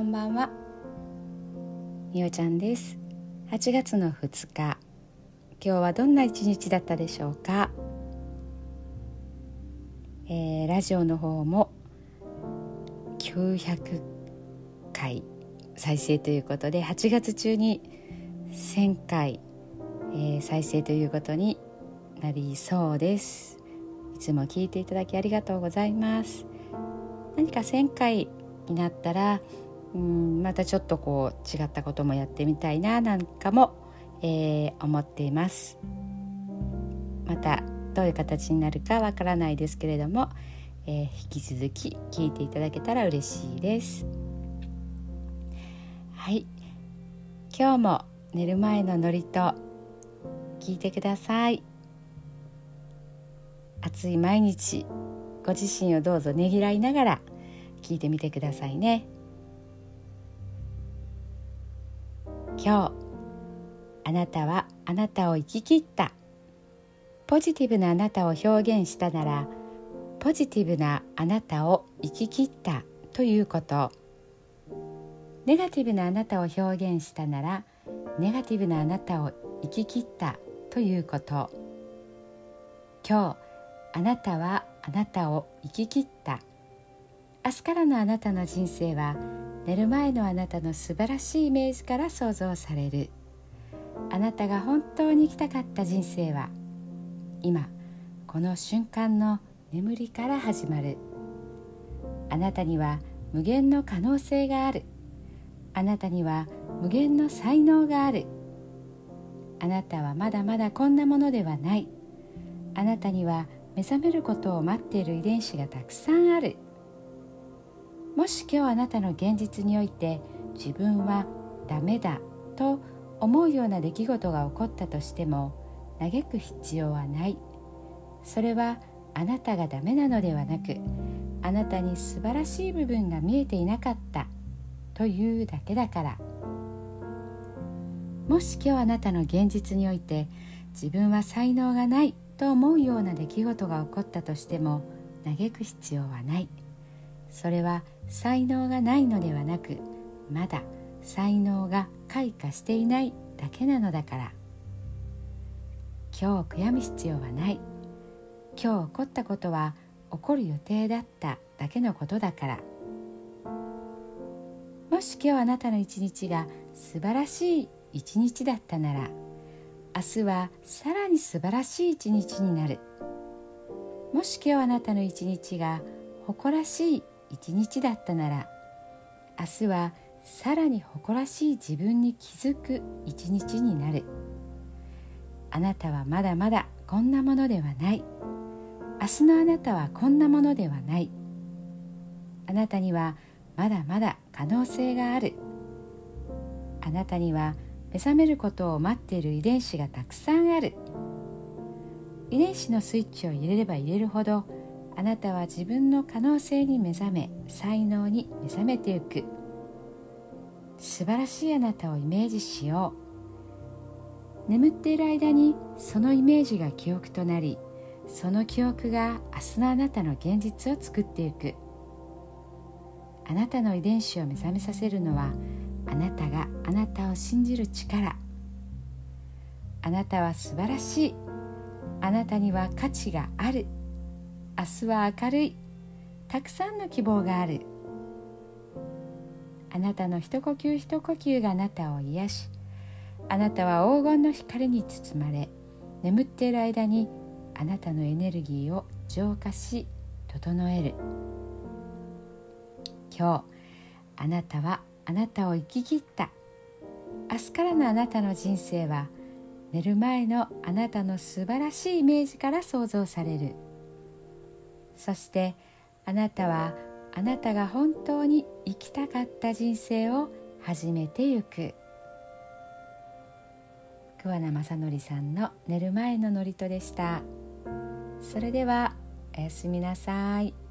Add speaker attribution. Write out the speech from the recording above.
Speaker 1: んばんは、みおちゃんです。8月の2日、今日はどんな一日だったでしょうか。ラジオの方も900回再生ということで、8月中に1000回、再生ということになりそうです。いつも聞いていただきありがとうございます。何か1000回になったらまたちょっと違ったこともやってみたいななんかも、思っています。またどういう形になるかわからないですけれども、引き続き聞いていただけたら嬉しいです。はい、今日も寝る前の祝詞聞いてください。暑い毎日、ご自身をどうぞねぎらいながら聞いてみてくださいね。今日、あなたはあなたを生き切った。ポジティブなあなたを表現したなら、ポジティブなあなたを生き切ったということ。ネガティブなあなたを表現したなら、ネガティブなあなたを生き切ったということ。今日、あなたはあなたを生き切った。明日からのあなたの人生は、寝る前のあなたの素晴らしいイメージから想像される。あなたが本当に生きたかった人生は、今この瞬間の眠りから始まる。あなたには無限の可能性がある。あなたには無限の才能がある。あなたはまだまだこんなものではない。あなたには目覚めることを待っている遺伝子がたくさんある。もし今日あなたの現実において自分はダメだと思うような出来事が起こったとしても、嘆く必要はない。それはあなたがダメなのではなく、あなたに素晴らしい部分が見えていなかったというだけだから。もし今日あなたの現実において自分は才能がないと思うような出来事が起こったとしても、嘆く必要はない。それは才能がないのではなく、まだ才能が開花していないだけなのだから。今日悔やむ必要はない。今日起こったことは起こる予定だっただけのことだから。もし今日あなたの一日が素晴らしい一日だったなら、明日はさらに素晴らしい一日になる。もし今日あなたの一日が誇らしい一日だったなら、明日はさらに誇らしい自分に気づく一日になる。あなたはまだまだこんなものではない。明日のあなたはこんなものではない。あなたにはまだまだ可能性がある。あなたには目覚めることを待っている遺伝子がたくさんある。遺伝子のスイッチを入れれば入れるほど、あなたは自分の可能性に目覚め、才能に目覚めていく。素晴らしいあなたをイメージしよう。眠っている間にそのイメージが記憶となり、その記憶が明日のあなたの現実を作っていく。あなたの遺伝子を目覚めさせるのは、あなたがあなたを信じる力。あなたは素晴らしい。あなたには価値がある。明日は明るい。たくさんの希望がある。あなたの一呼吸一呼吸があなたを癒し、あなたは黄金の光に包まれ、眠っている間にあなたのエネルギーを浄化し整える。今日、あなたはあなたを生き切った。明日からのあなたの人生は、寝る前のあなたの素晴らしいイメージから想像される。そしてあなたはあなたが本当に生きたかった人生を始めてゆく。桑名正則さんの寝る前の祝詞でした。それではおやすみなさい。